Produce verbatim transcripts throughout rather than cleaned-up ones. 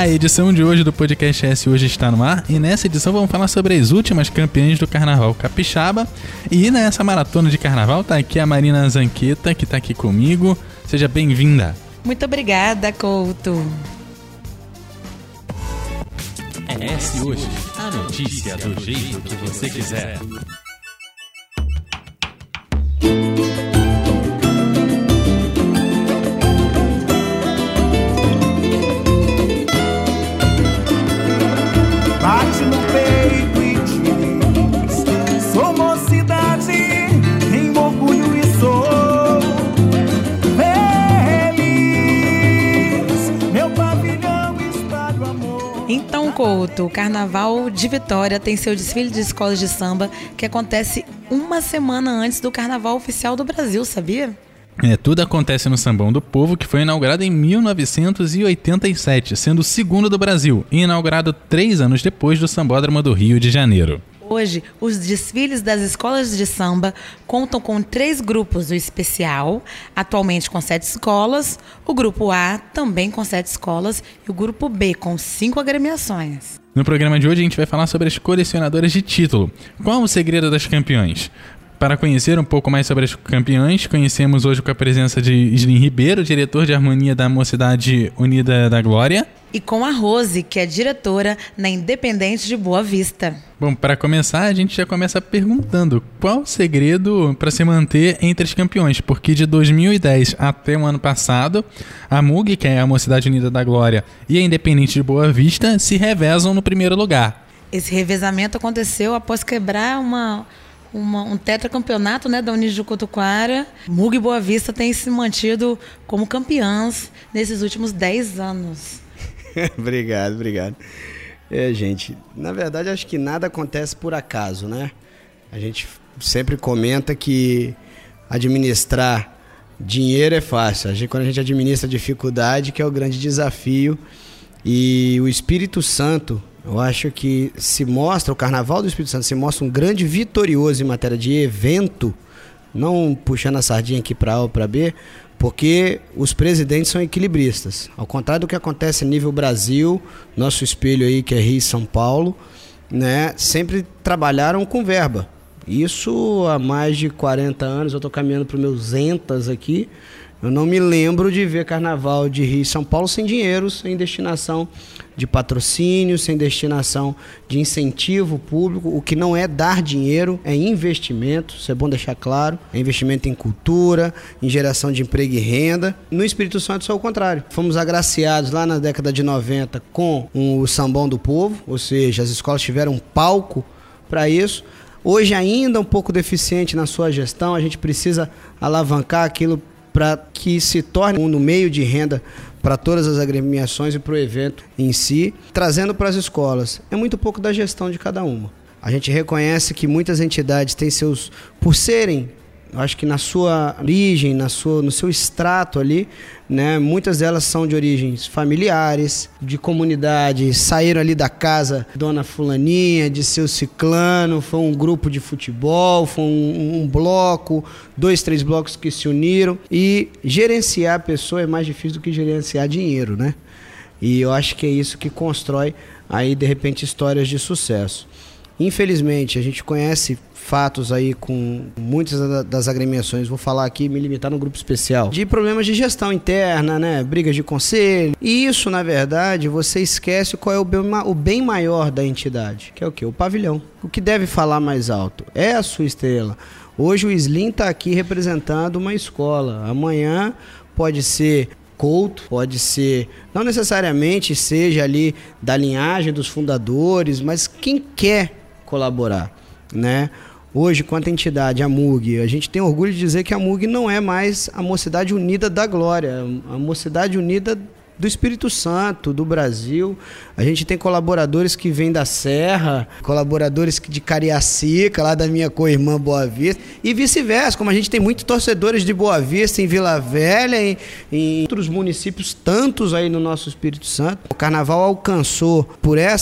A edição de hoje do Podcast S hoje está no ar e nessa edição vamos falar sobre as últimas campeãs do Carnaval Capixaba. E nessa maratona de Carnaval tá aqui a Marina Zanqueta, que tá aqui comigo. Seja bem-vinda. Muito obrigada, Couto. É S hoje, a notícia do jeito que você quiser. Bate no peito e diz: sou mocidade, tenho orgulho e sou feliz. Meu pavilhão está do amor. Então, Couto, o Carnaval de Vitória tem seu desfile de escolas de samba que acontece uma semana antes do Carnaval Oficial do Brasil, sabia? É, tudo acontece no Sambão do Povo, que foi inaugurado em mil novecentos e oitenta e sete, sendo o segundo do Brasil, e inaugurado três anos depois do Sambódromo do Rio de Janeiro. Hoje, os desfiles das escolas de samba contam com três grupos: o especial, atualmente com sete escolas, o grupo A, também com sete escolas, e o grupo B, com cinco agremiações. No programa de hoje a gente vai falar sobre as colecionadoras de título. Qual o segredo das campeãs? Para conhecer um pouco mais sobre as campeãs, conhecemos hoje com a presença de Slim Ribeiro, diretor de harmonia da Mocidade Unida da Glória. E com a Rose, que é diretora na Independente de Boa Vista. Bom, para começar, a gente já começa perguntando qual o segredo para se manter entre as campeões, porque de dois mil e dez até o ano passado, a M U G, que é a Mocidade Unida da Glória, e a Independente de Boa Vista se revezam no primeiro lugar. Esse revezamento aconteceu após quebrar uma... Uma, um tetracampeonato, né, da Unijuí Cotuquara. M U G e Boa Vista têm se mantido como campeãs nesses últimos dez anos. Obrigado, obrigado. É, gente, na verdade acho que nada acontece por acaso, né? A gente sempre comenta que administrar dinheiro é fácil. A gente, quando a gente administra dificuldade, que é o grande desafio. E o Espírito Santo, eu acho que se mostra, o Carnaval do Espírito Santo se mostra um grande vitorioso em matéria de evento, não puxando a sardinha aqui para A ou para B, porque os presidentes são equilibristas. Ao contrário do que acontece a nível Brasil, nosso espelho aí que é Rio e São Paulo, né, sempre trabalharam com verba. Isso há mais de quarenta anos, eu estou caminhando para os meus zentas aqui. Eu não me lembro de ver Carnaval de Rio e São Paulo sem dinheiro, sem destinação de patrocínio, sem destinação de incentivo público. O que não é dar dinheiro, é investimento, isso é bom deixar claro. É investimento em cultura, em geração de emprego e renda. No Espírito Santo, só o contrário. Fomos agraciados lá na década de noventa com o Sambão do Povo, ou seja, as escolas tiveram um palco para isso. Hoje ainda um pouco deficiente na sua gestão, a gente precisa alavancar aquilo para que se torne um meio de renda para todas as agremiações e para o evento em si, trazendo para as escolas. É muito pouco da gestão de cada uma. A gente reconhece que muitas entidades têm seus, por serem, acho que na sua origem, na sua, no seu extrato ali, né, muitas delas são de origens familiares, de comunidade, saíram ali da casa Dona Fulaninha, de seu ciclano, foi um grupo de futebol, foi um, um bloco, dois, três blocos que se uniram, e gerenciar a pessoa é mais difícil do que gerenciar dinheiro, né? E eu acho que é isso que constrói aí, de repente, histórias de sucesso. Infelizmente, a gente conhece fatos aí com muitas das agremiações, vou falar aqui, me limitar no grupo especial, de problemas de gestão interna, né, brigas de conselho. E isso, na verdade, você esquece qual é o bem, o bem maior da entidade, que é o quê? O pavilhão. O que deve falar mais alto é a sua estrela. Hoje o Slim está aqui representando uma escola. Amanhã pode ser Couto, pode ser, não necessariamente seja ali da linhagem dos fundadores, mas quem quer colaborar, né? Hoje, quanto à entidade, a M U G, a gente tem orgulho de dizer que a M U G não é mais a Mocidade Unida da Glória, a Mocidade Unida do Espírito Santo, do Brasil. A gente tem colaboradores que vêm da Serra, colaboradores de Cariacica, lá da minha co-irmã Boa Vista, e vice-versa, como a gente tem muitos torcedores de Boa Vista em Vila Velha, em, em outros municípios, tantos aí no nosso Espírito Santo. O Carnaval alcançou, por essas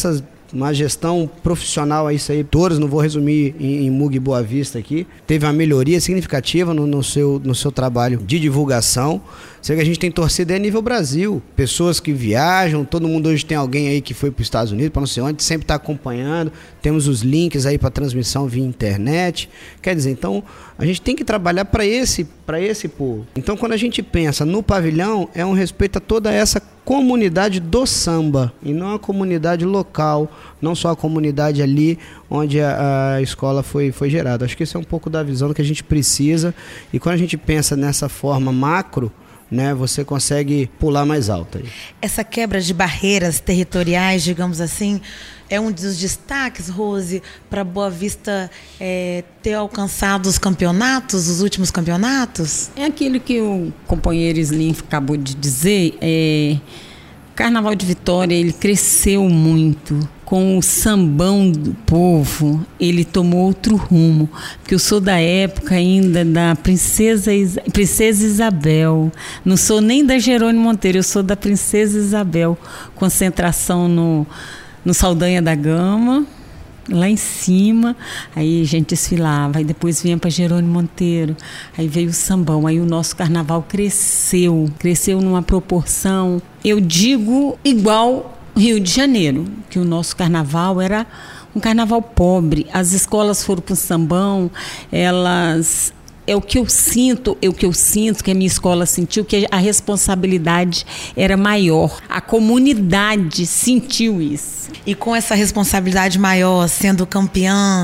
uma gestão profissional, é isso aí, todos, não vou resumir em, em M U G Boa Vista aqui, teve uma melhoria significativa no, no, seu, no seu trabalho de divulgação. Sei que a gente tem torcida aí a nível Brasil, pessoas que viajam, todo mundo hoje tem alguém aí que foi para os Estados Unidos, para não sei onde, sempre está acompanhando, temos os links aí para transmissão via internet, quer dizer, então a gente tem que trabalhar para esse, para esse povo. Então quando a gente pensa no pavilhão, é um respeito a toda essa comunidade do samba, e não a comunidade local, não só a comunidade ali onde a, a escola foi, foi gerada. Acho que esse é um pouco da visão que a gente precisa, e quando a gente pensa nessa forma macro, né, você consegue pular mais alto aí. Essa quebra de barreiras territoriais, digamos assim, é um dos destaques, Rose, para Boa Vista é, ter alcançado os campeonatos, os últimos campeonatos? É aquilo que o companheiro Slim acabou de dizer. É, o Carnaval de Vitória, ele cresceu muito. Com o sambão do povo, ele tomou outro rumo. Porque eu sou da época ainda da Princesa, Isa- Princesa Isabel. Não sou nem da Jerônimo Monteiro, eu sou da Princesa Isabel. Concentração no, no Saldanha da Gama, lá em cima. Aí a gente desfilava, aí depois vinha para Jerônimo Monteiro, aí veio o sambão, aí o nosso carnaval cresceu, cresceu numa proporção, eu digo, igual Rio de Janeiro, que o nosso carnaval era um carnaval pobre. As escolas foram para o sambão, elas... É o que eu sinto, é o que eu sinto, que a minha escola sentiu, que a responsabilidade era maior. A comunidade sentiu isso. E com essa responsabilidade maior, sendo campeã,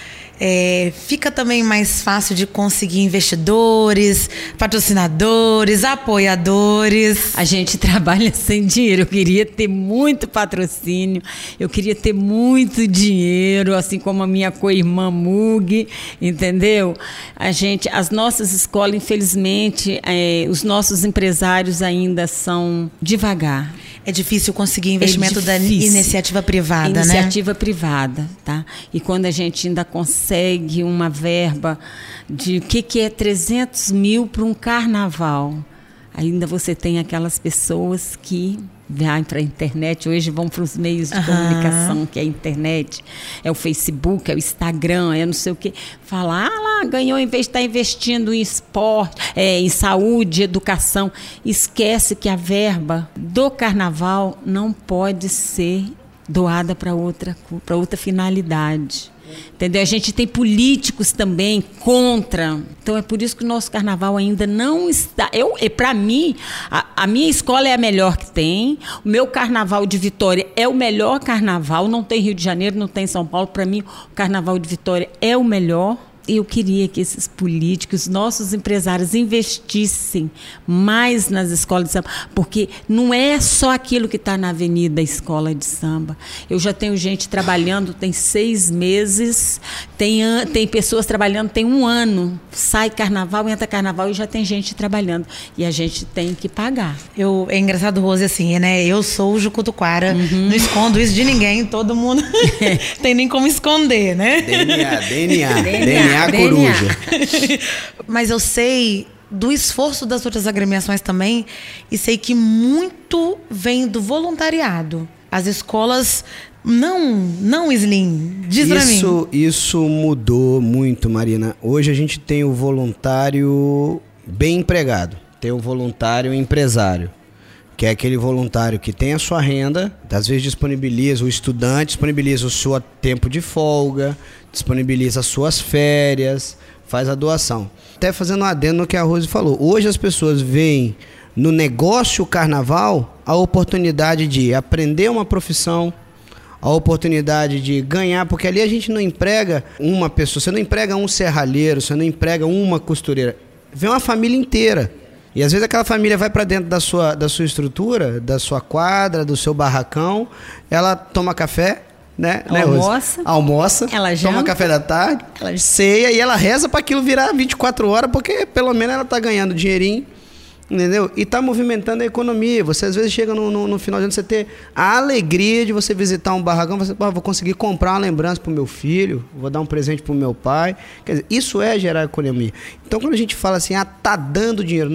é, fica também mais fácil de conseguir investidores, patrocinadores, apoiadores. A gente trabalha sem dinheiro. Eu queria ter muito patrocínio, eu queria ter muito dinheiro, assim como a minha co-irmã Mug, entendeu? A gente, as nossas escolas, infelizmente, é, os nossos empresários ainda são devagar. É difícil conseguir investimento é da iniciativa privada, iniciativa né? Iniciativa privada, tá? E quando a gente ainda consegue uma verba de o que, que é trezentos mil para um carnaval, ainda você tem aquelas pessoas que vão para a internet, hoje vão para os meios de uhum. comunicação, que é a internet, é o Facebook, é o Instagram, é não sei o quê. Falar, ah lá, ganhou em vez de estar investindo em esporte, é, em saúde, educação. Esquece que a verba do carnaval não pode ser doada para outra, para outra finalidade. Entendeu? A gente tem políticos também contra. Então é por isso que o nosso carnaval ainda não está. Eu, para mim, a, a minha escola é a melhor que tem. O meu carnaval de Vitória é o melhor carnaval. Não tem Rio de Janeiro, não tem São Paulo. Para mim, o carnaval de Vitória é o melhor. Eu queria que esses políticos, nossos empresários, investissem mais nas escolas de samba, porque não é só aquilo que está na avenida escola de samba. Eu já tenho gente trabalhando, tem seis meses, tem, tem pessoas trabalhando, tem um ano. Sai carnaval, entra carnaval e já tem gente trabalhando. E a gente tem que pagar. Eu, é engraçado, Rose, assim, né? Eu sou o Jucutuquara, uhum. não escondo isso de ninguém, todo mundo tem nem como esconder, né? D N A, D N A, D N A. A coruja. Mas eu sei do esforço das outras agremiações também, e sei que muito vem do voluntariado. As escolas não, não Slim, diz pra mim. Isso, isso mudou muito, Marina. Hoje a gente tem o voluntário bem empregado, tem o voluntário empresário, que é aquele voluntário que tem a sua renda, às vezes disponibiliza, o estudante disponibiliza o seu tempo de folga, disponibiliza as suas férias, faz a doação. Até fazendo um adendo no que a Rose falou, hoje as pessoas veem no negócio carnaval a oportunidade de aprender uma profissão, a oportunidade de ganhar, porque ali a gente não emprega uma pessoa, você não emprega um serralheiro, você não emprega uma costureira, vem uma família inteira. E às vezes aquela família vai para dentro da sua, da sua estrutura, da sua quadra, do seu barracão, ela toma café, né? Almoça. Né, Almoça, ela janta, toma café da tarde, ela ceia e ela reza para aquilo virar vinte e quatro horas, porque pelo menos ela está ganhando dinheirinho, entendeu? E está movimentando a economia. Você às vezes chega no, no, no final de ano, você ter a alegria de você visitar um barracão, você ah, vou conseguir comprar uma lembrança para o meu filho, vou dar um presente para o meu pai. Quer dizer, isso é gerar economia. Então quando a gente fala assim, ah, tá dando dinheiro, não.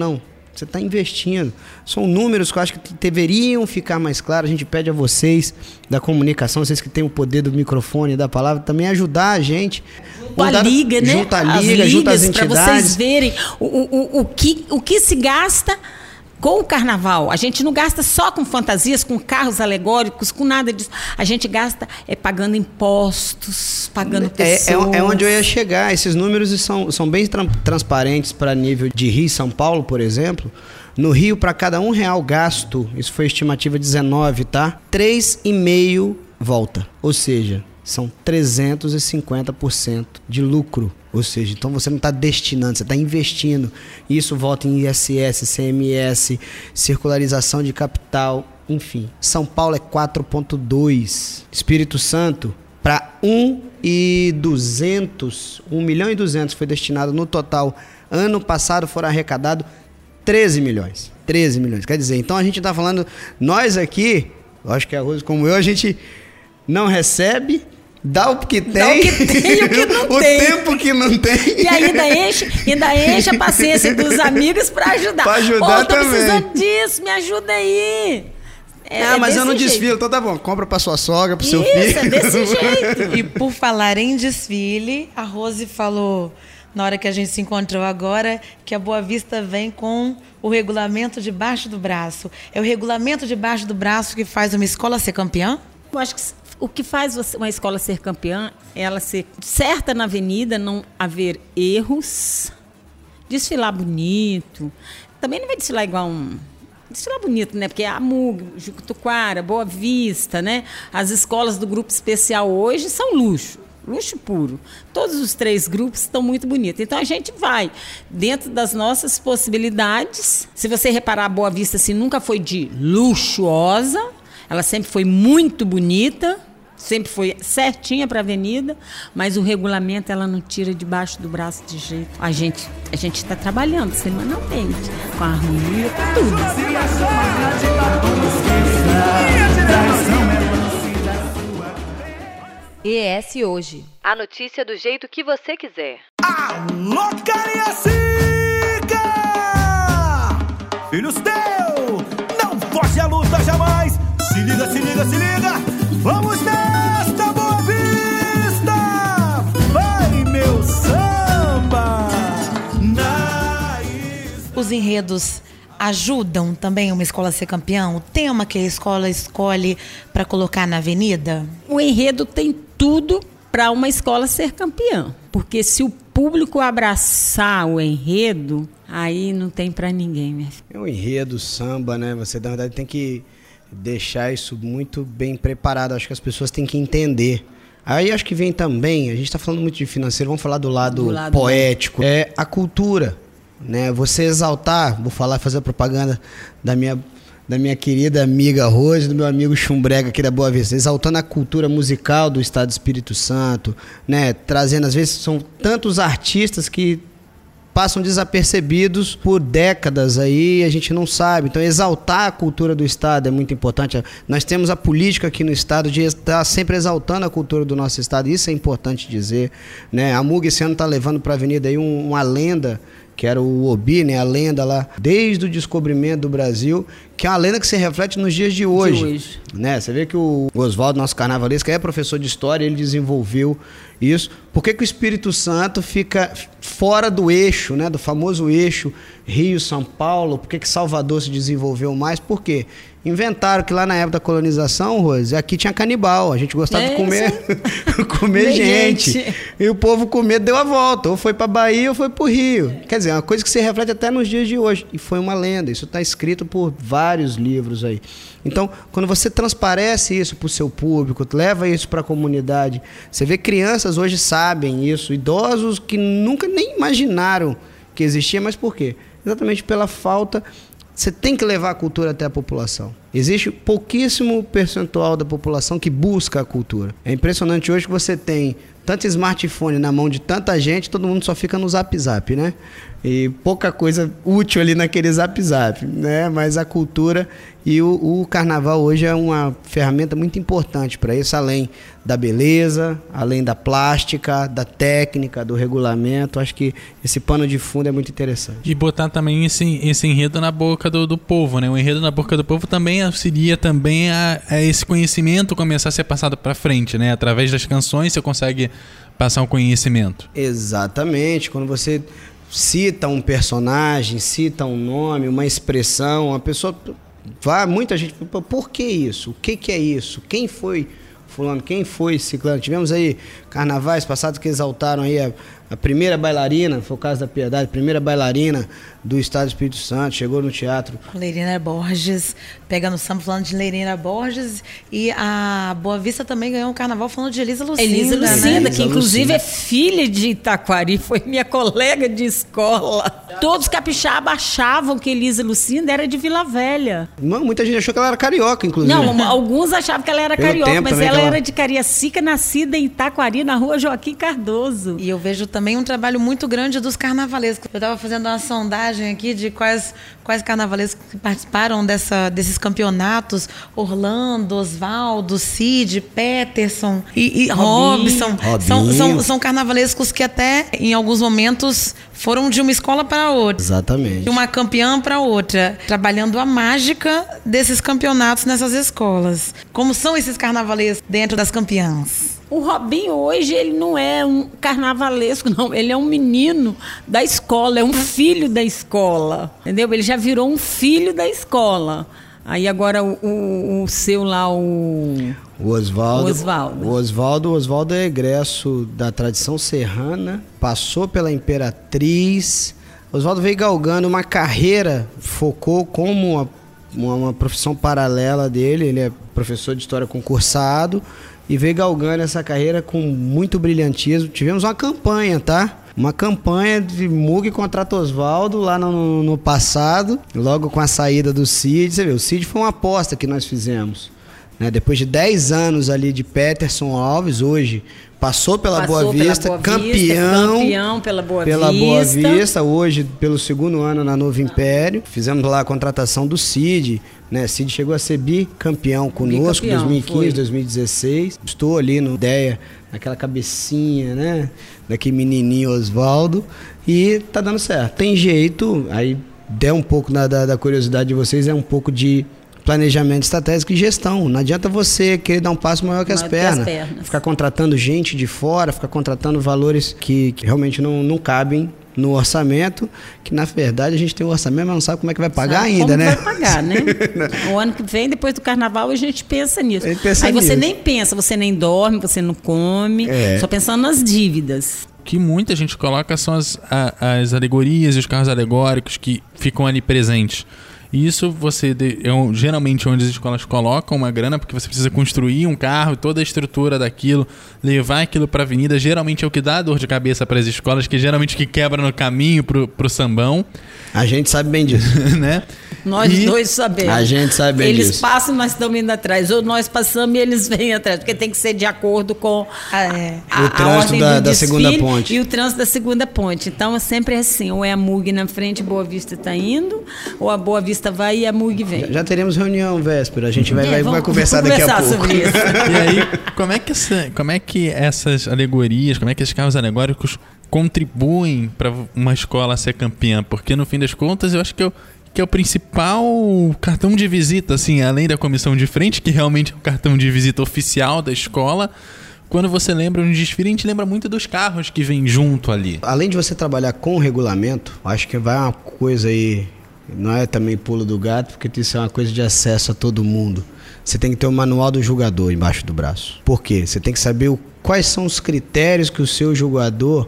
Você está investindo. São números que eu acho que deveriam ficar mais claros. A gente pede a vocês da comunicação, vocês que têm o poder do microfone e da palavra, também ajudar a gente. Junto a liga, né? Junto a liga, junto às entidades. Para vocês verem o, o, o, que, o que se gasta com o carnaval. A gente não gasta só com fantasias, com carros alegóricos, com nada disso. A gente gasta é, pagando impostos, pagando pessoas. É, é, é onde eu ia chegar. Esses números são, são bem tra- transparentes para nível de Rio e São Paulo, por exemplo. No Rio, para cada um real gasto, isso foi estimativa dezenove, tá? três vírgula cinco volta. Ou seja, são trezentos e cinquenta por cento de lucro. Ou seja, então você não está destinando, você está investindo. Isso volta em I S S, C M S, circularização de capital, enfim. São Paulo é quatro vírgula dois. Espírito Santo, para um e duzentos, um milhão e duzentos foi destinado no total. Ano passado foram arrecadados treze milhões. treze milhões. Quer dizer, então a gente está falando, nós aqui, eu acho que a Rose como eu, a gente não recebe, dá o que tem, dá o que tem e o que não o tem. tempo que não tem. E ainda enche, ainda enche a paciência dos amigos para ajudar. Para ajudar Pô, tô também. precisando disso, me ajuda aí. É, ah, é mas eu não jeito. desfilo, então tá bom. Compra pra sua sogra, pro Isso, seu filho. é desse jeito. E por falar em desfile, a Rose falou, na hora que a gente se encontrou agora, que a Boa Vista vem com o regulamento debaixo do braço. É o regulamento debaixo do braço que faz uma escola ser campeã? Eu acho que o que faz uma escola ser campeã é ela ser certa na avenida, não haver erros, desfilar bonito. Também não vai desfilar igual um... Desfilar bonito, né? Porque a M U G, Jucutuquara, Boa Vista, né? As escolas do grupo especial hoje são luxo. Luxo puro. Todos os três grupos estão muito bonitos. Então, a gente vai dentro das nossas possibilidades. Se você reparar, a Boa Vista assim, nunca foi de luxuosa. Ela sempre foi muito bonita. Sempre foi certinha para a avenida. Mas o regulamento, ela não tira debaixo do braço de jeito. A gente a gente está trabalhando semanalmente. Com a harmonia, com tudo. E S Hoje. A notícia do jeito que você quiser. Alô, Cariacica! Filhos teu, não foge a luta jamais. Se liga, se liga, se liga. Vamos nesta Boa Vista. Vai, meu samba. Na is... Os enredos ajudam também uma escola a ser campeã? O tema que a escola escolhe para colocar na avenida? O enredo tem tudo para uma escola ser campeã. Porque se o público abraçar o enredo, aí não tem para ninguém, minha filha. É o enredo, samba, né? Você, na verdade, tem que deixar isso muito bem preparado. Acho que as pessoas têm que entender. Aí acho que vem também, a gente está falando muito de financeiro, vamos falar do lado, do lado poético. É a cultura, né? Você exaltar, vou falar, fazer a propaganda da minha, da minha querida amiga Rose, do meu amigo Chumbrega aqui da Boa Vista, exaltando a cultura musical do Estado do Espírito Santo, né? Trazendo, às vezes, são tantos artistas que passam desapercebidos por décadas aí, a gente não sabe. Então, exaltar a cultura do Estado é muito importante. Nós temos a política aqui no Estado de estar sempre exaltando a cultura do nosso Estado, isso é importante dizer, né? A M U G esse ano está levando para a avenida aí um, uma lenda, que era o Obi, né? A lenda lá, desde o descobrimento do Brasil, que é uma lenda que se reflete nos dias de hoje. De hoje. Né? Você vê que o Oswaldo, nosso carnavalesco, é professor de história, ele desenvolveu isso. Por que que o Espírito Santo fica fora do eixo, né? Do famoso eixo Rio-São Paulo? Por que que Salvador se desenvolveu mais? Por quê? Inventaram que lá na época da colonização, Rose, aqui tinha canibal, a gente gostava é, de comer, comer gente. gente. E o povo com medo deu a volta, ou foi para Bahia ou foi para o Rio. Quer dizer, é uma coisa que se reflete até nos dias de hoje. E foi uma lenda, isso está escrito por vários livros aí. Então, quando você transparece isso para o seu público, leva isso para a comunidade, você vê crianças hoje sabem isso, idosos que nunca nem imaginaram que existia, mas por quê? Exatamente pela falta. Você tem que levar a cultura até a população. Existe pouquíssimo percentual da população que busca a cultura. É impressionante hoje que você tem tanto smartphone na mão de tanta gente, todo mundo só fica no zap zap, né? e pouca coisa útil ali naquele zap zap, né? Mas a cultura e o, o carnaval hoje é uma ferramenta muito importante para isso, além da beleza, além da plástica, da técnica, do regulamento. Acho que esse pano de fundo é muito interessante. E botar também esse, esse enredo na boca do, do povo, né? O enredo na boca do povo também auxilia também a, a esse conhecimento começar a ser passado para frente, né? Através das canções você consegue passar um conhecimento. Exatamente. Quando você cita um personagem, cita um nome, uma expressão, a pessoa vai, muita gente, por que isso? O que que é isso? Quem foi fulano? Quem foi ciclano? Tivemos aí carnavais passados que exaltaram aí a, a primeira bailarina, foi o caso da Piedade, primeira bailarina do Estado do Espírito Santo, chegou no teatro. Leirina Borges, pegando o samba falando de Leirina Borges, e a Boa Vista também ganhou um carnaval falando de Elisa Lucinda. Elisa Lucinda, né? que inclusive é filha de Itaquari, foi minha colega de escola. Todos capixaba achavam que Elisa Lucinda era de Vila Velha. Não, muita gente achou que ela era carioca, inclusive. Não, alguns achavam que ela era Pelo carioca, tempo mas também ela que ela- era de Cariacica, nascida em Itaquari, na rua Joaquim Cardoso. E eu vejo também um trabalho muito grande dos carnavalescos. Eu estava fazendo uma sondagem aqui de quais, quais carnavalescos que participaram dessa, desses campeonatos. Orlando, Oswaldo, Cid, Peterson e, e Robson. Robinho. São, são, são carnavalescos que até, em alguns momentos, foram de uma escola para outra. Exatamente. De uma campeã para outra, trabalhando a mágica desses campeonatos nessas escolas. Como são esses carnavalescos dentro das campeãs? O Robinho hoje, ele não é um carnavalesco, não. Ele é um menino da escola, é um filho da escola, entendeu? Ele já virou um filho da escola. Aí agora o, o, o seu lá, o... O Oswaldo. O Oswaldo. O Oswaldo, o Oswaldo é egresso da tradição serrana, passou pela Imperatriz. O Oswaldo veio galgando uma carreira, focou como uma, uma, uma profissão paralela dele. Ele é professor de história concursado e veio galgando essa carreira com muito brilhantismo. Tivemos uma campanha, tá? Uma campanha de Mug contra Oswaldo lá no, no passado, logo com a saída do Cid. Você vê, o Cid foi uma aposta que nós fizemos. Né? Depois de dez anos ali de Peterson Alves, hoje passou pela Passou Boa Vista, pela Boa campeão, Vista, campeão pela Boa pela Vista. Boa Vista, hoje pelo segundo ano na Novo Império. Fizemos lá a contratação do Cid, né? Cid chegou a ser bicampeão conosco, Bicampeão, dois mil e quinze, foi. dois mil e dezesseis. Estou ali no ideia, naquela cabecinha, né? Daquele menininho Oswaldo, e tá dando certo. Tem jeito, aí der um pouco da, da, da curiosidade de vocês, é um pouco de planejamento estratégico e gestão. Não adianta você querer dar um passo maior que as, Maior que as pernas. pernas. Ficar contratando gente de fora, ficar contratando valores que, que realmente não, não cabem no orçamento, que na verdade a gente tem o orçamento, mas não sabe como é que vai pagar Sabe ainda, como né? vai pagar, né? O ano que vem, depois do carnaval, a gente pensa nisso. A gente pensa Aí você nisso. nem pensa, você nem dorme, você não come, É. só pensando nas dívidas. O que muita gente coloca são as, a- as alegorias e os carros alegóricos que ficam ali presentes. E isso você de- é um- geralmente onde as escolas colocam uma grana, porque você precisa construir um carro, toda a estrutura daquilo, levar aquilo para a avenida, geralmente é o que dá dor de cabeça para as escolas, que geralmente que quebra no caminho pro, pro sambão, A gente sabe bem disso. né? Nós E- dois sabemos. A gente sabe bem Eles disso. passam, nós estamos indo atrás. Ou nós passamos e eles vêm atrás. Porque tem que ser de acordo com Ah, é. a, O a trânsito ordem da- do da desfile segunda ponte. e o trânsito da segunda ponte. Então, é sempre assim. Ou é a Mug na frente, Boa Vista está indo, ou a Boa Vista vai e a Mug vem. Já teremos reunião véspera, a gente vai, É, vai, vamos- vai conversar vamos daqui a conversar pouco. sobre isso. E aí, como é, que essa, como é que essas alegorias, como é que esses carros alegóricos contribuem para uma escola ser campeã? Porque no fim das contas, eu acho que, eu, que é o principal cartão de visita, assim, além da comissão de frente, que realmente é o cartão de visita oficial da escola. Quando você lembra um desfile, a gente lembra muito dos carros que vêm junto ali. Além de você trabalhar com o regulamento, acho que vai uma coisa aí, não é também pulo do gato, porque isso é uma coisa de acesso a todo mundo. Você tem que ter o manual do julgador embaixo do braço. Por quê? Você tem que saber o, quais são os critérios que o seu julgador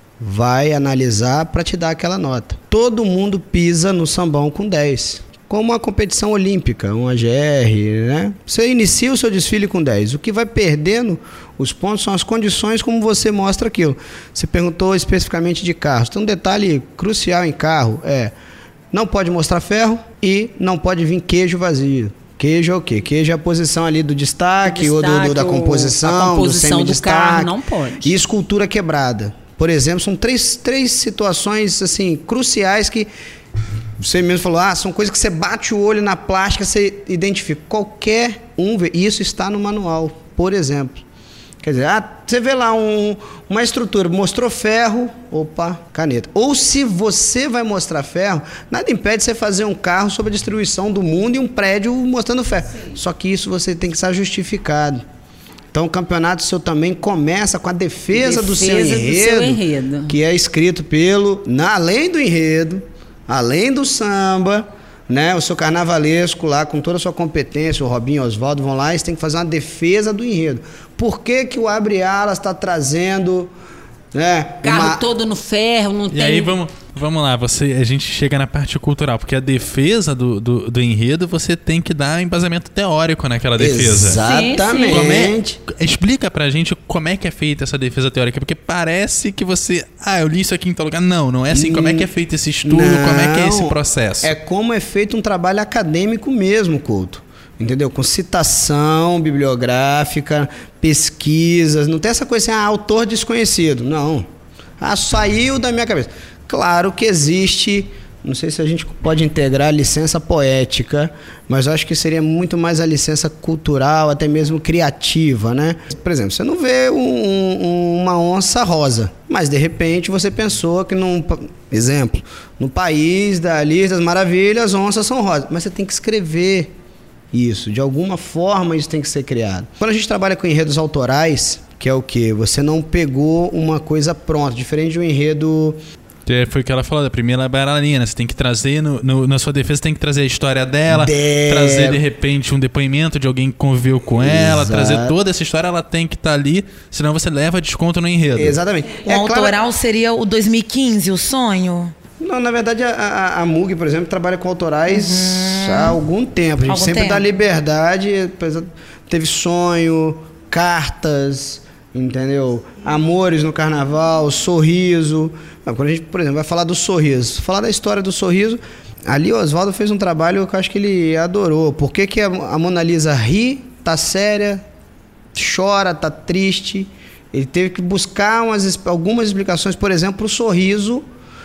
vai analisar para te dar aquela nota. Todo mundo pisa no sambão com dez. Como uma competição olímpica, um A G R, né? Você inicia o seu desfile com dez. O que vai perdendo os pontos são as condições como você mostra aquilo. Você perguntou especificamente de carros. Tem um detalhe crucial em carro, é não pode mostrar ferro e não pode vir queijo vazio. Queijo é o quê? Queijo é a posição ali do destaque, Do ou do, do- destaque, da ou composição, a composição do do semi-destaque. carro, não pode. E escultura quebrada. Por exemplo, são três, três situações assim, cruciais que você mesmo falou, ah, são coisas que você bate o olho na plástica, você identifica. Qualquer um, isso está no manual, por exemplo. Quer dizer, ah, você vê lá um, uma estrutura, mostrou ferro, opa, caneta. Ou se você vai mostrar ferro, nada impede você fazer um carro sobre a distribuição do mundo e um prédio mostrando ferro. Sim. Só que isso você tem que estar justificado. Então o campeonato seu também começa com a defesa, defesa do, seu enredo, do seu enredo, que é escrito pelo, na, além do enredo, além do samba, né, o seu carnavalesco lá, com toda a sua competência, o Robinho e o Oswaldo vão lá e você tem que fazer uma defesa do enredo. Por que que o Abre Alas está trazendo... né, carro uma... todo no ferro, não e tem... E aí, vamos, vamos lá, você, a gente chega na parte cultural, porque a defesa do, do, do enredo, você tem que dar embasamento teórico naquela defesa. Exatamente. Como é, explica pra gente como é que é feita essa defesa teórica, porque parece que você... Ah, eu li isso aqui em tal lugar. Não, não é assim. Hum, como é que é feito esse estudo? Não, como é que é esse processo? É como é feito um trabalho acadêmico mesmo, Couto. Entendeu? Com citação bibliográfica, pesquisas, não tem essa coisa assim, ah, autor desconhecido. Não. Ah, saiu da minha cabeça. Claro que existe, não sei se a gente pode integrar a licença poética, mas eu acho que seria muito mais a licença cultural, até mesmo criativa, né? Por exemplo, você não vê um, um, uma onça rosa, mas de repente você pensou que num, exemplo, no país da Alice das Maravilhas, onças são rosas, mas você tem que escrever isso, de alguma forma isso tem que ser criado. Quando a gente trabalha com enredos autorais, que é o quê? Você não pegou uma coisa pronta, diferente de um enredo... Foi o que ela falou, da primeira bailarina, você tem que trazer, no, no, na sua defesa, tem que trazer a história dela, de... trazer de repente um depoimento de alguém que conviveu com ela, Exato. Trazer toda essa história, ela tem que estar tá ali, senão você leva desconto no enredo. Exatamente. O é autoral claro... seria o dois mil e quinze, o sonho? Não, na verdade a, a, a M U G, por exemplo, trabalha com autorais uhum. há algum tempo. A gente algum sempre tempo. dá liberdade, teve sonho, cartas, entendeu? Amores no carnaval, sorriso. Quando a gente, por exemplo, vai falar do sorriso, falar da história do sorriso, ali o Oswaldo fez um trabalho que eu acho que ele adorou. Por que que a, a Mona Lisa ri, tá séria, chora, tá triste? Ele teve que buscar umas, algumas explicações, por exemplo, para o sorriso,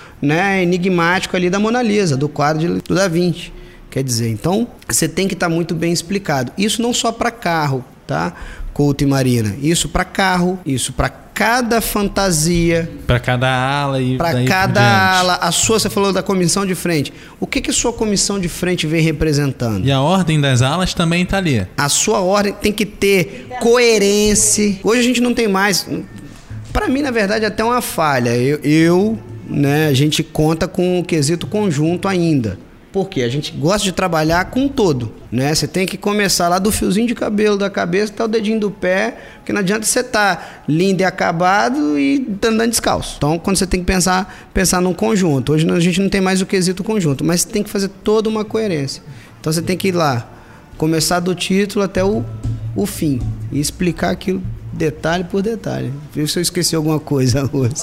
né, enigmático ali da Mona Lisa, do quadro de, do Da Vinci. Quer dizer, então, você tem que estar tá muito bem explicado. Isso não só para carro, tá? Couto e Marina. Isso para carro, isso para cada fantasia. Para cada ala e para cada ala. A sua, você falou da comissão de frente. O que que a sua comissão de frente vem representando? E a ordem das alas também está ali. A sua ordem tem que ter coerência. Hoje a gente não tem mais... Para mim, na verdade, é até uma falha. Eu... eu né, a gente conta com o quesito conjunto ainda. Porque a gente gosta de trabalhar com todo, né? Você tem que começar lá do fiozinho de cabelo da cabeça até o dedinho do pé, porque não adianta você estar lindo e acabado e andando descalço. Então, quando você tem que pensar, pensar num conjunto. Hoje a gente não tem mais o quesito conjunto, mas você tem que fazer toda uma coerência. Então, você tem que ir lá, começar do título até o, o fim e explicar aquilo detalhe por detalhe. Viu se eu esqueci alguma coisa hoje.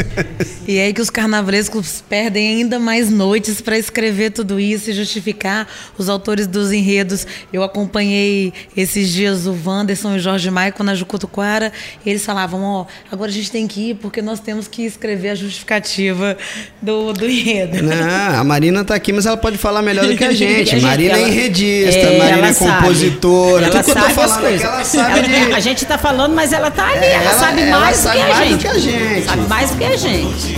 E é aí que os carnavalescos perdem ainda mais noites para escrever tudo isso e justificar os autores dos enredos. Eu acompanhei esses dias o Wanderson e o Jorge Maico na Jucutuquara e eles falavam, ó, oh, agora a gente tem que ir porque nós temos que escrever a justificativa do, do enredo. Não, a Marina tá aqui, mas ela pode falar melhor do que a gente. A Marina ela, é enredista, é, Marina é compositora. Ela tudo sabe que eu tô as falando coisas. Ela sabe ela, de... A gente tá falando, mas ela tá ali, é, ela, ela sabe ela mais, sabe do, que mais a do que a gente. Sabe mais do que a gente.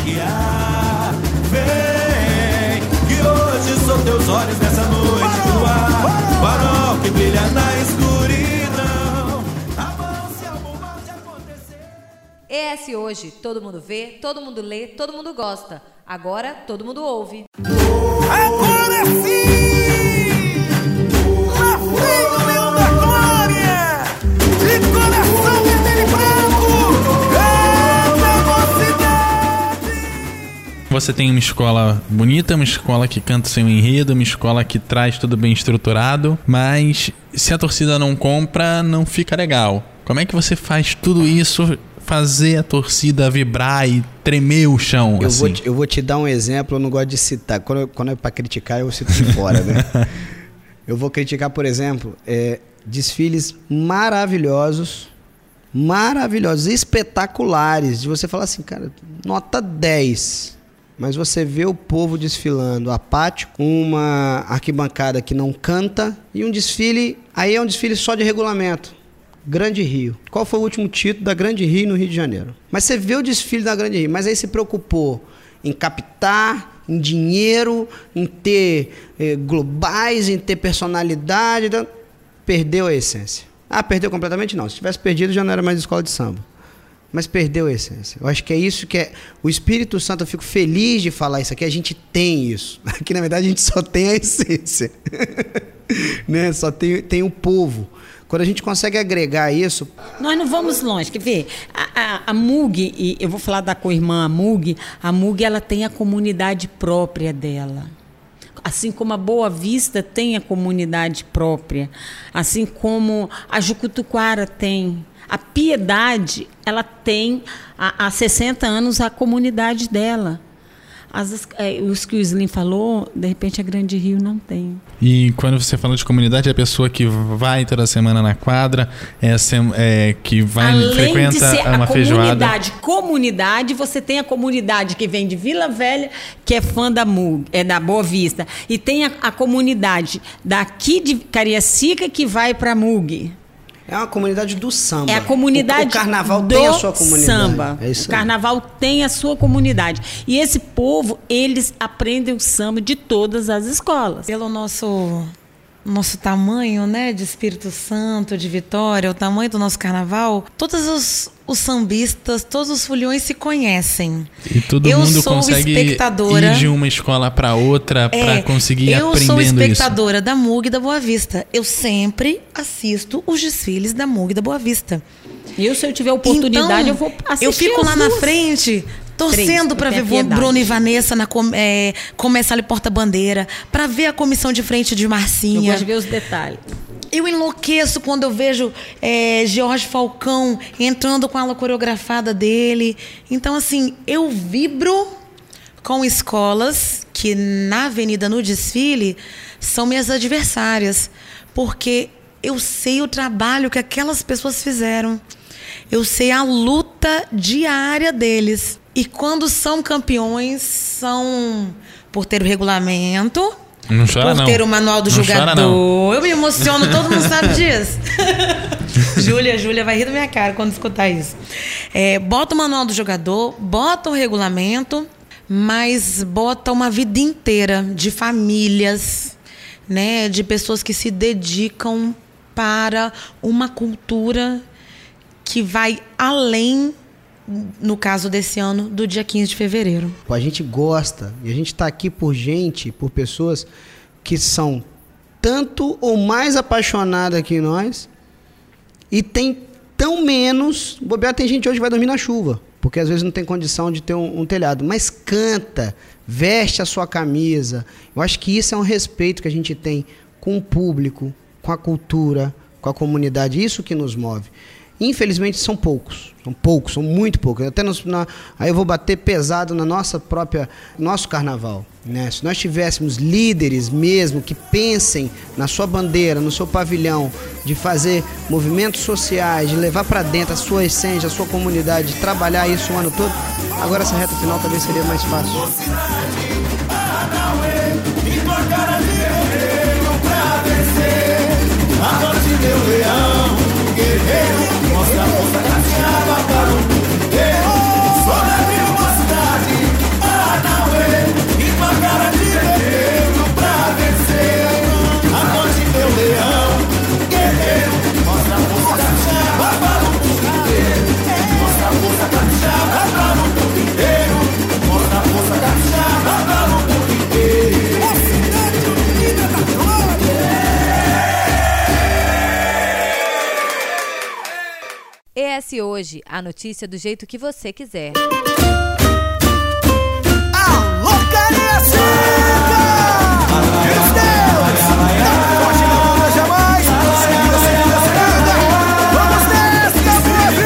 Vem, que hoje são teus olhos nessa noite no ar. Farol que brilha na escuridão. Avance ao mal de acontecer. E S Hoje, todo mundo vê, todo mundo lê, todo mundo gosta. Agora todo mundo ouve. Agora sim! Na frente do Leão da Glória! De coração vermelho e branco! É velocidade! Você tem uma escola bonita, uma escola que canta seu enredo, uma escola que traz tudo bem estruturado, mas se a torcida não compra, não fica legal. Como é que você faz tudo isso, fazer a torcida vibrar e tremer o chão? Eu, assim? vou, te, eu vou te dar um exemplo, eu não gosto de citar. Quando, quando é para criticar, eu cito de fora, né? Eu vou criticar, por exemplo, é, desfiles maravilhosos, maravilhosos, espetaculares, de você falar assim, cara, nota dez. Mas você vê o povo desfilando apático, uma arquibancada que não canta e um desfile, aí é um desfile só de regulamento. Grande Rio. Qual foi o último título da Grande Rio no Rio de Janeiro? Mas você vê o desfile da Grande Rio, mas aí se preocupou em captar, em dinheiro, em ter eh, globais, em ter personalidade, então, perdeu a essência. Ah, perdeu completamente? Não. Se tivesse perdido, já não era mais escola de samba. Mas perdeu a essência. Eu acho que é isso que é... O Espírito Santo, eu fico feliz de falar isso aqui, a gente tem isso. Aqui, na verdade, a gente só tem a essência. Né? Só tem, tem o povo. Quando a gente consegue agregar isso... Nós não vamos longe. Quer ver? A, a, a M U G, e eu vou falar da co-irmã a M U G, a M U G ela tem a comunidade própria dela. Assim como a Boa Vista tem a comunidade própria. Assim como a Jucutuquara tem. A Piedade, ela tem há, há sessenta anos a comunidade dela. As, é, os que o Slim falou, de repente a Grande Rio não tem. E quando você fala de comunidade, é a pessoa que vai toda semana na quadra, é, é que vai Além frequenta de ser uma a feijoada. Comunidade, comunidade, você tem a comunidade que vem de Vila Velha, que é fã da M U G, é da Boa Vista, e tem a, a comunidade daqui de Cariacica que vai para a M U G. É uma comunidade do samba. É a comunidade o, o carnaval do tem a sua comunidade. Samba. É isso o carnaval aí. Tem a sua comunidade. E esse povo, eles aprendem o samba de todas as escolas. Pelo nosso, nosso tamanho, né, de Espírito Santo, de Vitória, o tamanho do nosso carnaval, todos os, os sambistas, todos os foliões se conhecem. E todo eu mundo sou consegue espectadora, ir de uma escola para outra é, para conseguir eu aprendendo isso. Eu sou espectadora isso. da M U G e da Boa Vista. Eu sempre assisto os desfiles da M U G e da Boa Vista. Eu, se eu tiver oportunidade, então, eu vou assistir. Eu fico lá duas. na frente, torcendo para ver Bruno e Vanessa na com, é, começar ali porta-bandeira, para ver a comissão de frente de Marcinha. Eu gosto de ver os detalhes. Eu enlouqueço quando eu vejo é, Jorge Falcão entrando com a aula coreografada dele. Então, assim, eu vibro com escolas que na avenida, no desfile, são minhas adversárias. Porque eu sei o trabalho que aquelas pessoas fizeram. Eu sei a luta diária deles. E quando são campeões, são por ter o regulamento... Não chora, por não. ter o manual do não jogador. Chora, não. Eu me emociono, todo mundo sabe disso. Júlia, Júlia vai rir da minha cara quando escutar isso. É, bota o manual do jogador, bota o regulamento, mas bota uma vida inteira de famílias, né, de pessoas que se dedicam para uma cultura que vai além, no caso desse ano, do dia quinze de fevereiro. A gente gosta, e a gente está aqui por gente, por pessoas que são tanto ou mais apaixonadas que nós e tem tão menos... Bobear, tem gente hoje que vai dormir na chuva, porque às vezes não tem condição de ter um, um telhado, mas canta, veste a sua camisa. Eu acho que isso é um respeito que a gente tem com o público, com a cultura, com a comunidade, isso que nos move. Infelizmente são poucos, são poucos, são muito poucos. Até nos, na, aí eu vou bater pesado na nossa própria, nosso carnaval, né? Se nós tivéssemos líderes mesmo que pensem na sua bandeira, no seu pavilhão, de fazer movimentos sociais, de levar para dentro a sua essência, a sua comunidade, de trabalhar isso o ano todo, agora essa reta final talvez seria mais fácil. Mostra a força castiava para o mundo inteiro. Sobrevive uma cidade, Paranauê, e com a cara de guerreiro pra vencer. A noite meu leão, guerreiro. Mostra a força castiava para o mundo inteiro. Mostra a força castiava para o mundo inteiro. Mostra a força castiava para o mundo inteiro. A cidade unida da glória. E S Hoje, a notícia do jeito que você quiser. Alô, Cariacica! Deus, Deus! Não pode não jamais! Seguida, seguida, seguida! Vamos nessa,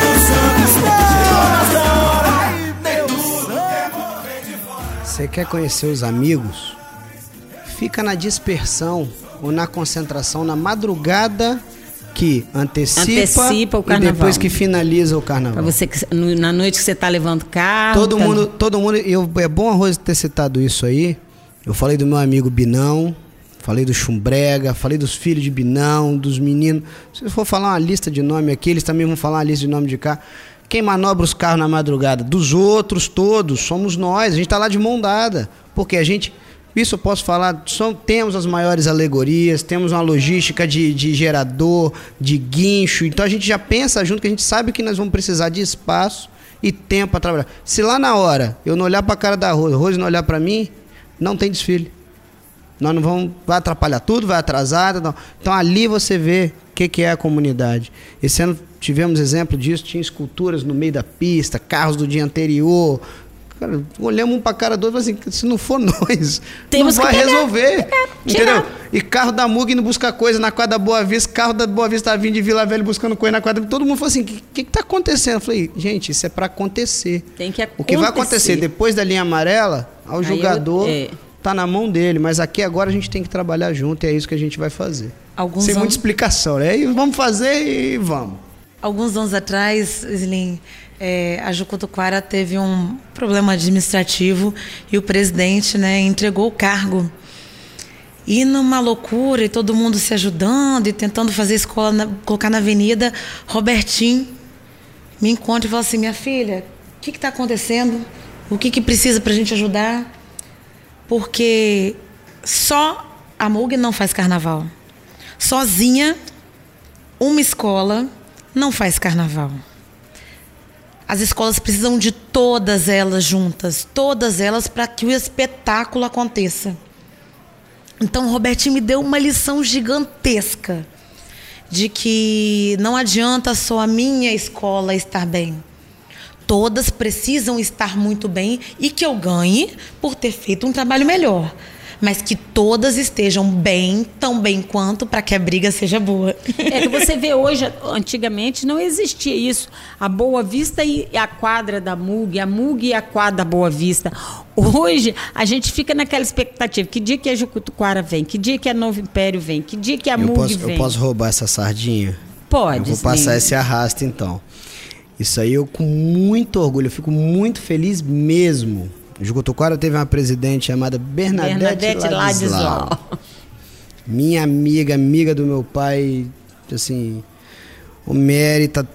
Boa Vista! Você quer conhecer os amigos? Fica na dispersão ou na concentração na madrugada que antecipa, Antecipa o e carnaval. depois que finaliza o carnaval. Para você, que- no- na noite que você está levando carro. Todo tá- mundo, todo mundo, eu, é bom a Rose ter citado isso aí. Eu falei do meu amigo Binão, falei do Chumbrega, falei dos filhos de Binão, dos meninos. Se eu for falar uma lista de nome aqui, eles também vão falar uma lista de nome de carro. Quem manobra os carros na madrugada? Dos outros todos, somos nós. A gente está lá de mão dada. Porque a gente, isso eu posso falar, são, temos as maiores alegorias, temos uma logística de, de gerador, de guincho. Então a gente já pensa junto que a gente sabe que nós vamos precisar de espaço e tempo para trabalhar. Se lá na hora eu não olhar para a cara da Rose, a Rose não olhar para mim, não tem desfile. Nós não vamos, vai atrapalhar tudo, vai atrasar. Não. Então ali você vê o que, que é a comunidade. Esse ano tivemos exemplo disso, tinha esculturas no meio da pista, carros do dia anterior. Cara, olhamos um para a cara do outro e falamos assim, se não for nós, Temos não vai que pegar, resolver. pegar, entendeu? tirar. E carro da Mug indo buscar coisa na quadra da Boa Vista, carro da Boa Vista tá vindo de Vila Velha buscando coisa na quadra. Todo mundo falou assim, o que, que, que tá acontecendo? Eu falei, gente, isso é para acontecer. Tem que O que vai acontecer acontecer. depois da linha amarela, ao Aí eu- jogador, é. tá na mão dele. Mas aqui agora a gente tem que trabalhar junto e é isso que a gente vai fazer. Alguns Sem anos- muita explicação, né? E vamos fazer e vamos. Alguns anos atrás, Slim, é, a Jucutuquara teve um problema administrativo e o presidente, né, entregou o cargo. E numa loucura, e todo mundo se ajudando e tentando fazer a escola, na, colocar na avenida, Robertinho me encontra e fala assim, minha filha, o que está acontecendo? O que, que precisa para a gente ajudar? Porque só a Mug não faz carnaval. Sozinha, uma escola não faz carnaval. As escolas precisam de todas elas juntas, todas elas para que o espetáculo aconteça. Então, o Robertinho me deu uma lição gigantesca de que não adianta só a minha escola estar bem. Todas precisam estar muito bem e que eu ganhe por ter feito um trabalho melhor. Mas que todas estejam bem, tão bem quanto, para que a briga seja boa. É que você vê hoje, antigamente não existia isso. A Boa Vista e a quadra da Mug, a Mug e a quadra da Boa Vista. Hoje a gente fica naquela expectativa. Que dia que a Jucutuquara vem? Que dia que a Novo Império vem? Que dia que a Eu Mug posso, vem? eu posso roubar essa sardinha? Pode, Eu vou sim. passar esse arrasto então. Isso aí eu com muito orgulho, eu fico muito feliz mesmo. Jucutuquara teve uma presidente chamada Bernadette, Bernadette Ladislau. Ladislau. Minha amiga, amiga do meu pai, assim, o mérito,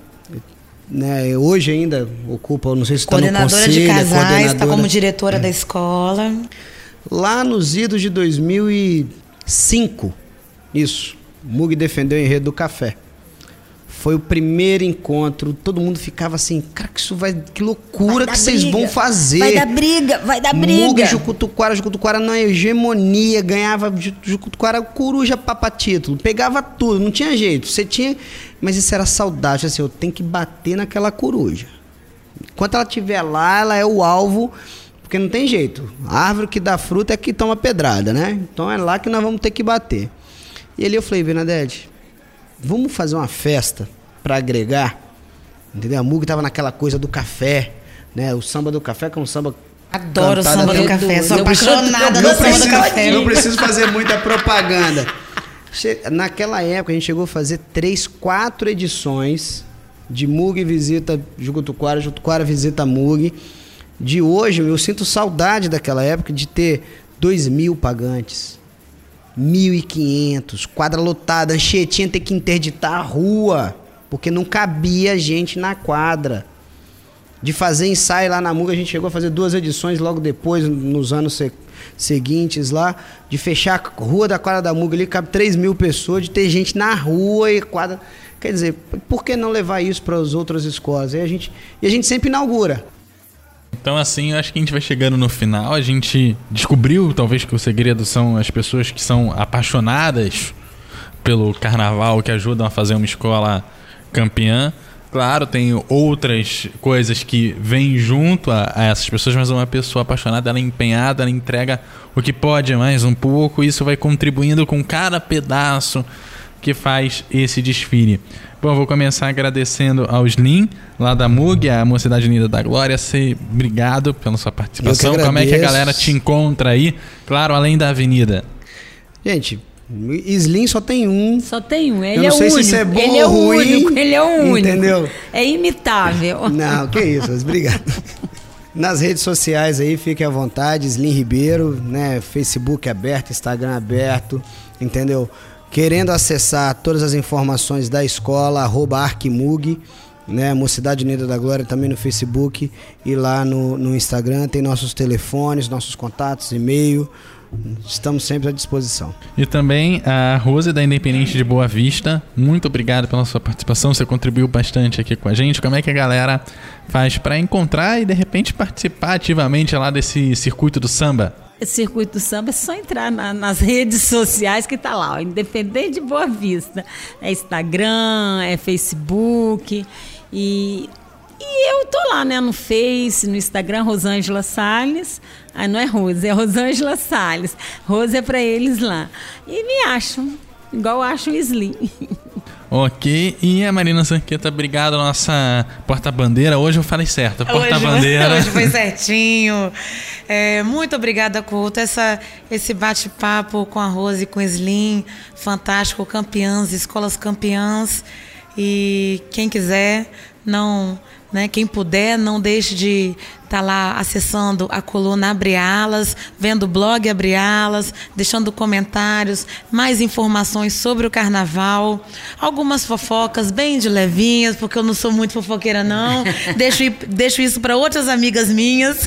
né, hoje ainda ocupa, não sei se está no Coordenadora conselho, de é casais, está coordenadora. como diretora da escola. Lá nos idos de dois mil e cinco, isso, o Mug defendeu o enredo do café. Foi o primeiro encontro, todo mundo ficava assim, cara, que isso vai, que loucura dar que vocês briga, vão fazer. Vai dar briga, vai dar Mug, briga. Jucutuquara, Jucutuquara na hegemonia, ganhava Ju- Jucutuquara coruja papa título, pegava tudo, não tinha jeito, você tinha, mas isso era saudade, assim, eu tenho que bater naquela coruja. Enquanto ela estiver lá, ela é o alvo, porque não tem jeito, a árvore que dá fruta é que toma pedrada, né? Então é lá que nós vamos ter que bater. E ali eu falei, Bernadette, vamos fazer uma festa para agregar, entendeu? A Mug tava naquela coisa do café, né? O samba do café, que é um samba Adoro o cantado samba até- do café, sou Eu- apaixonada eu- no eu samba preciso, do café. não preciso fazer muita propaganda. Che- Naquela época a gente chegou a fazer três, quatro edições de Mug visita Jucutuquara, Jucutuquara visita Mug. De hoje eu sinto saudade daquela época de ter dois mil pagantes. mil e quinhentos, quadra lotada, Anchieta ter que interditar a rua, porque não cabia gente na quadra. De fazer ensaio lá na Mug, a gente chegou a fazer duas edições logo depois, nos anos se- seguintes lá, de fechar a rua da quadra da Mug ali, cabe três mil pessoas, de ter gente na rua e quadra. Quer dizer, por que não levar isso para as outras escolas? E a gente, e a gente sempre inaugura. Então, assim, eu acho que a gente vai chegando no final. A gente descobriu, talvez, que o segredo são as pessoas que são apaixonadas pelo carnaval, que ajudam a fazer uma escola campeã. Claro, tem outras coisas que vêm junto a, a essas pessoas, mas uma pessoa apaixonada, ela é empenhada, ela entrega o que pode mais um pouco, e isso vai contribuindo com cada pedaço que faz esse desfile. Bom, eu vou começar agradecendo ao Slim, lá da Mug, a Mocidade Unida da Glória. Cê, obrigado pela sua participação. Eu que Como é que a agradeço. galera te encontra aí? Claro, além da avenida. Gente, Slim só tem um. Só tem um. Ele Eu não é sei único. se isso é bom ele é ou ruim, único. Ele é o único. entendeu? É imitável. Não, que isso, mas obrigado. Nas redes sociais aí, fiquem à vontade, Slim Ribeiro, né? Facebook aberto, Instagram aberto, entendeu? Querendo acessar todas as informações da escola, arroba Arquimug, né? Mocidade Unida da Glória também no Facebook e lá no, no Instagram tem nossos telefones, nossos contatos, e-mail. Estamos sempre à disposição. E também a Rose da Independente de Boa Vista, muito obrigado pela sua participação, você contribuiu bastante aqui com a gente. Como é que a galera faz para encontrar e de repente participar ativamente lá desse circuito do samba? Esse circuito do samba é só entrar na, nas redes sociais que tá lá, ó, Independente de Boa Vista. É Instagram, é Facebook e... E eu tô lá, né, no Face, no Instagram, Rosângela Salles. Ah, não é Rose, é Rosângela Salles. Rose é pra eles lá. E me acham, igual acham o Slim. Ok, e a Marina Zanqueta, obrigado, nossa porta-bandeira. Hoje eu falei certo, porta-bandeira. Hoje, hoje foi certinho. É, muito obrigada, Couto. Essa, esse bate-papo com a Rose e com o Slim, fantástico, campeãs, escolas campeãs. E quem quiser, não... Né? Quem puder, não deixe de estar tá lá acessando a coluna Abre Alas, vendo o blog Abre Alas, deixando comentários, mais informações sobre o carnaval, algumas fofocas bem de levinhas, porque eu não sou muito fofoqueira não, deixo, deixo isso para outras amigas minhas.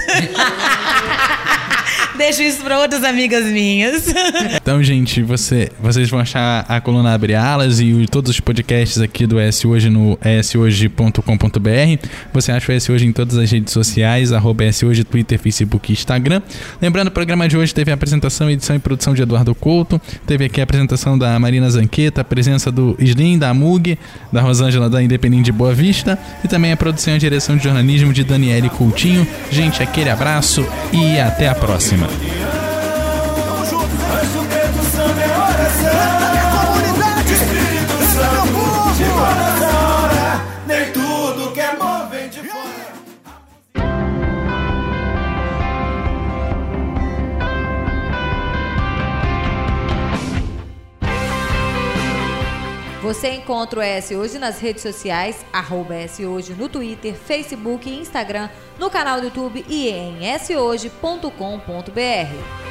Deixo isso para outras amigas minhas. Então, gente, você, vocês vão achar a coluna Abre Alas e o, todos os podcasts aqui do E S Hoje no e s hoje ponto com ponto b r. Você acha o E S Hoje em todas as redes sociais, arroba E S Hoje, Twitter, Facebook e Instagram. Lembrando, o programa de hoje teve a apresentação, edição e produção de Eduardo Couto. Teve aqui a apresentação da Marina Zanqueta, a presença do Slim, da Mug, da Rosângela da Independente de Boa Vista e também a produção e direção de jornalismo de Daniele Coutinho. Gente, aquele abraço e até a próxima. Tamo junto, Rancho Preto, samba é oração. É comunidade, espírito santo, de coração. Nem tudo que é bom vem de fora. Você encontra o E S Hoje nas redes sociais, arroba E S Hoje no Twitter, Facebook e Instagram, no canal do YouTube e em s hoje ponto com ponto b r.